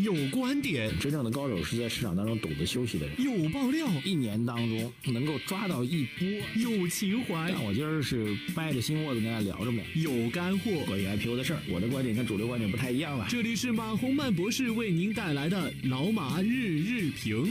有观点， 真正的高手是在市场当中懂得休息的人。 有爆料， 一年当中能够抓到一波， 有情怀。 但我今儿是掰着心窝子跟大家聊着呢， 有干货。 关于 IPO 的事儿，我的观点跟主流观点不太一样了。 这里是马洪曼博士为您带来的老马日日评。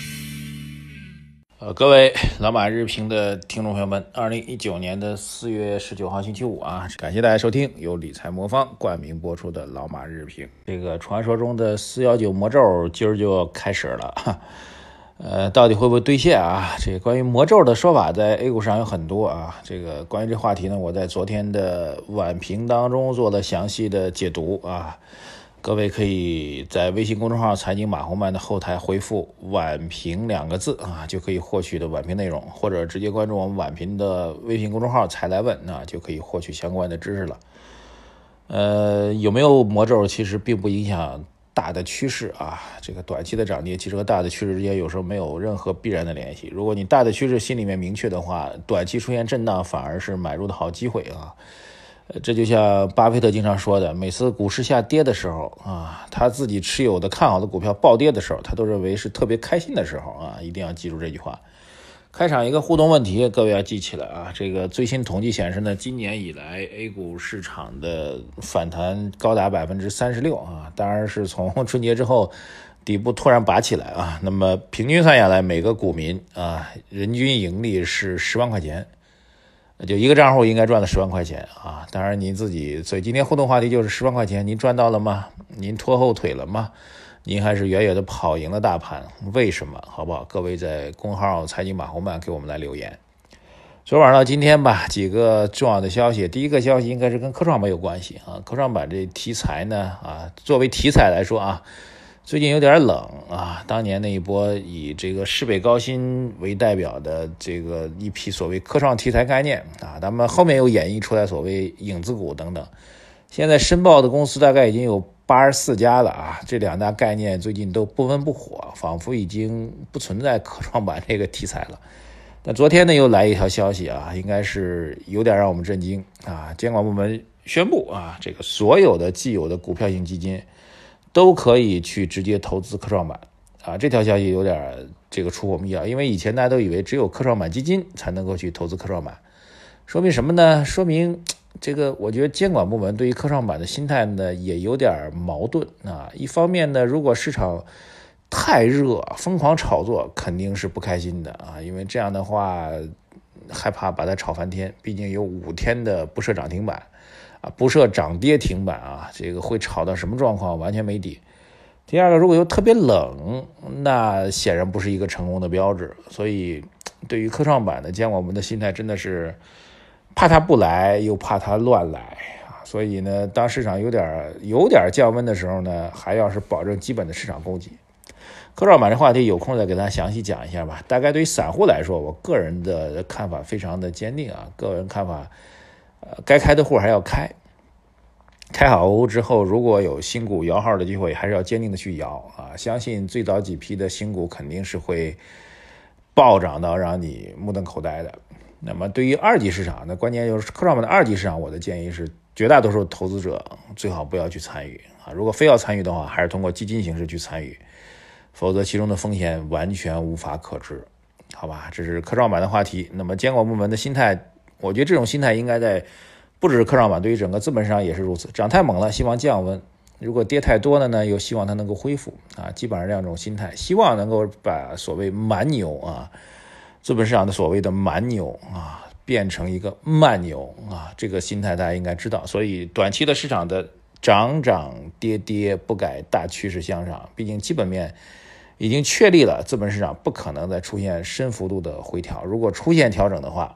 各位老马日评的听众朋友们，2019年4月19号星期五啊，感谢大家收听由理财魔方冠名播出的老马日评。这个传说中的419魔咒今儿就开始了，到底会不会兑现啊？这个关于魔咒的说法在 A 股上有很多啊。这个关于这话题呢，我在昨天的晚评当中做了详细的解读啊。各位可以在微信公众号财经马洪曼的后台回复晚评2个字啊，就可以获取的晚评内容，或者直接关注我们晚评的微信公众号财来问啊，就可以获取相关的知识了。有没有魔咒其实并不影响大的趋势啊，这个短期的涨跌其实和大的趋势之间有时候没有任何必然的联系。如果你大的趋势心里面明确的话，短期出现震荡反而是买入的好机会啊。这就像巴菲特经常说的，每次股市下跌的时候啊，他自己持有的看好的股票暴跌的时候，他都认为是特别开心的时候啊，一定要记住这句话。开场一个互动问题，各位要记起来啊。这个最新统计显示呢，今年以来 A 股市场的反弹高达36%啊，当然是从春节之后底部突然拔起来啊。那么平均算下来，每个股民啊，人均盈利是10万块钱。就一个账户应该赚了10万块钱啊！当然您自己，所以今天互动话题就是10万块钱，您赚到了吗？您拖后腿了吗？您还是远远的跑赢了大盘？为什么？好不好？各位在公号财经马洪曼给我们来留言。昨晚到今天吧，几个重要的消息。第一个消息应该是跟科创板有关系啊。科创板这题材呢啊，作为题材来说啊，最近有点冷啊，当年那一波以这个市北高新为代表的这个一批所谓科创题材概念啊，他们后面又演绎出来所谓影子股等等。现在申报的公司大概已经有84家了啊，这2大概念最近都不温不火，仿佛已经不存在科创板这个题材了。但昨天呢又来一条消息啊，应该是有点让我们震惊啊，监管部门宣布啊，这个所有的既有的股票型基金都可以去直接投资科创板啊！这条消息有点这个出乎我们意料，因为以前大家都以为只有科创板基金才能够去投资科创板，说明什么呢？说明这个我觉得监管部门对于科创板的心态呢也有点矛盾啊。一方面呢，如果市场太热，疯狂炒作肯定是不开心的啊，因为这样的话害怕把它炒翻天，毕竟有5天的不设涨停板。啊，不设涨跌停板啊，这个会炒到什么状况完全没底。第二个，如果又特别冷，那显然不是一个成功的标志。所以对于科创板的监管，我们的心态真的是怕它不来，又怕它乱来啊。所以呢，当市场有点降温的时候呢，还要是保证基本的市场供给。科创板这话题有空再给大家详细讲一下吧。大概对于散户来说，我个人的看法非常的坚定啊，个人看法。该开的户还要开好户之后，如果有新股摇号的机会，还是要坚定的去摇啊！相信最早几批的新股肯定是会暴涨到让你目瞪口呆的。那么对于二级市场，那关键就是科创板的二级市场，我的建议是，绝大多数投资者最好不要去参与啊！如果非要参与的话，还是通过基金形式去参与，否则其中的风险完全无法可知，好吧？这是科创板的话题。那么监管部门的心态，我觉得这种心态应该在不只是科创板，对于整个资本市场也是如此。涨太猛了，希望降温；如果跌太多了呢，又希望它能够恢复啊。基本上这样一种心态，希望能够把所谓蛮牛啊，资本市场的所谓的蛮牛啊，变成一个慢牛啊。这个心态大家应该知道。所以短期的市场的涨涨跌跌不改大趋势向上，毕竟基本面已经确立了，资本市场不可能再出现深幅度的回调。如果出现调整的话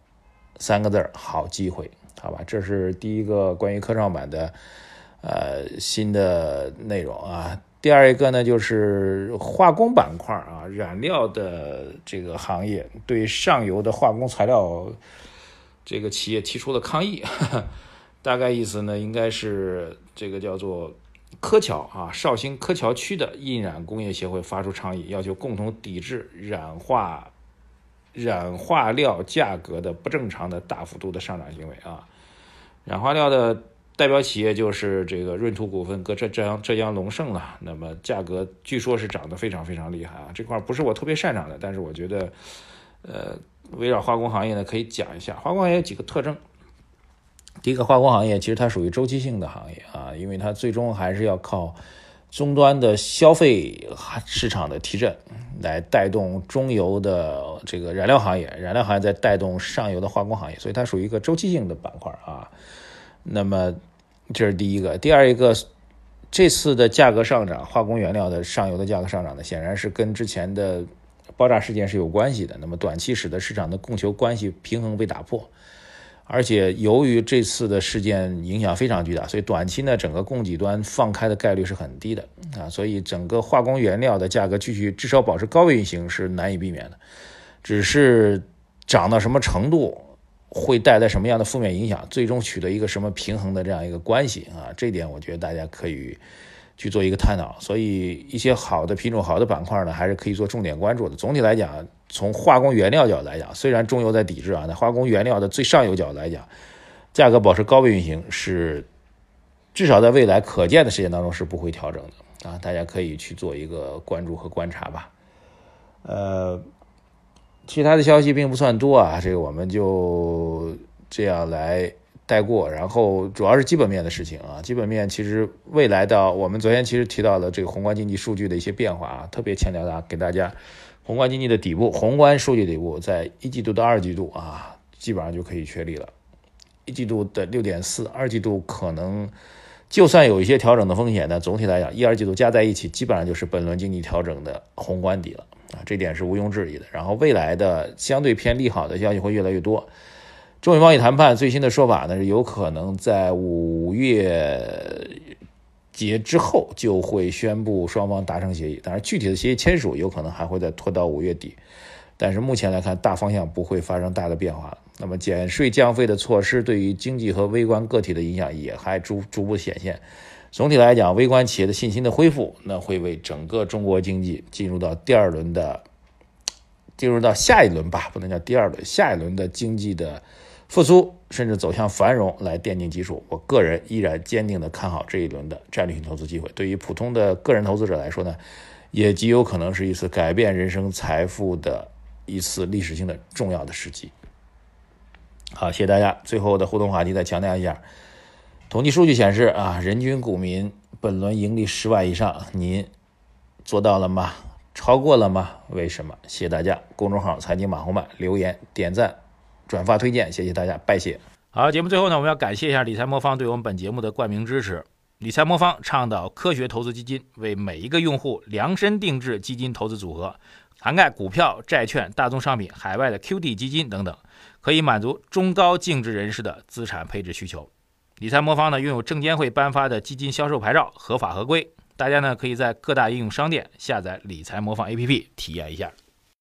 ，3个字，好机会，好吧？这是第一个关于科创板的新的内容啊。第二一个呢，就是化工板块啊，染料的这个行业对上游的化工材料这个企业提出了抗议，大概意思呢，应该是这个叫做柯桥啊，绍兴柯桥区的印染工业协会发出倡议，要求共同抵制染化料价格的不正常的大幅度的上涨行为啊。染化料的代表企业就是这个润图股份和浙江龙盛了。那么价格据说是涨得非常非常厉害啊，这块不是我特别擅长的，但是我觉得围绕化工行业呢可以讲一下。化工行业有几个特征。第一个，化工行业其实它属于周期性的行业啊，因为它最终还是要靠终端的消费市场的提振来带动中游的这个燃料行业，燃料行业在带动上游的化工行业，所以它属于一个周期性的板块啊。那么这是第一个。第二一个，这次的价格上涨，化工原料的上游的价格上涨呢，显然是跟之前的爆炸事件是有关系的。那么短期使得市场的供求关系平衡被打破，而且由于这次的事件影响非常巨大，所以短期呢整个供给端放开的概率是很低的啊，所以整个化工原料的价格继续至少保持高位运行是难以避免的，只是涨到什么程度会带来什么样的负面影响，最终取得一个什么平衡的这样一个关系啊，这点我觉得大家可以去做一个探讨。所以一些好的品种、好的板块呢，还是可以做重点关注的。总体来讲，从化工原料角度来讲，虽然中游在抵制啊，那化工原料的最上游角度来讲，价格保持高位运行是至少在未来可见的时间当中是不会调整的啊，大家可以去做一个关注和观察吧。其他的消息并不算多啊，这个我们就这样来带过。然后主要是基本面的事情啊，基本面其实未来的我们昨天其实提到了这个宏观经济数据的一些变化啊，特别强调给大家宏观经济的底部，宏观数据底部在一季度到二季度啊，基本上就可以确立了。一季度的 6.4， 二季度可能就算有一些调整的风险呢，总体来讲一二季度加在一起基本上就是本轮经济调整的宏观底了啊，这点是毋庸置疑的。然后未来的相对偏利好的消息会越来越多。中美贸易谈判最新的说法呢，是有可能在5月节之后就会宣布双方达成协议，当然具体的协议签署有可能还会再拖到5月底，但是目前来看大方向不会发生大的变化。那么减税降费的措施对于经济和微观个体的影响也还逐步显现。总体来讲，微观企业的信心的恢复，那会为整个中国经济进入到下一轮吧，不能叫第二轮，下一轮的经济的复苏甚至走向繁荣来奠定基础。我个人依然坚定的看好这一轮的战略性投资机会，对于普通的个人投资者来说呢，也极有可能是一次改变人生财富的一次历史性的重要的时机。好，谢谢大家。最后的互动话题再强调一下，统计数据显示啊，人均股民本轮盈利10万以上，您做到了吗？超过了吗？为什么？谢谢大家。公众号财经马红漫留言点赞转发推荐，谢谢大家，拜谢。好，节目最后呢，我们要感谢一下理财魔方对我们本节目的冠名支持。理财魔方倡导科学投资基金，为每一个用户量身定制基金投资组合，涵盖股票、债券、大宗商品、海外的 QD 基金等等，可以满足中高净值人士的资产配置需求。理财魔方呢，拥有证监会颁发的基金销售牌照，合法合规。大家呢可以在各大应用商店下载理财魔方 APP 体验一下。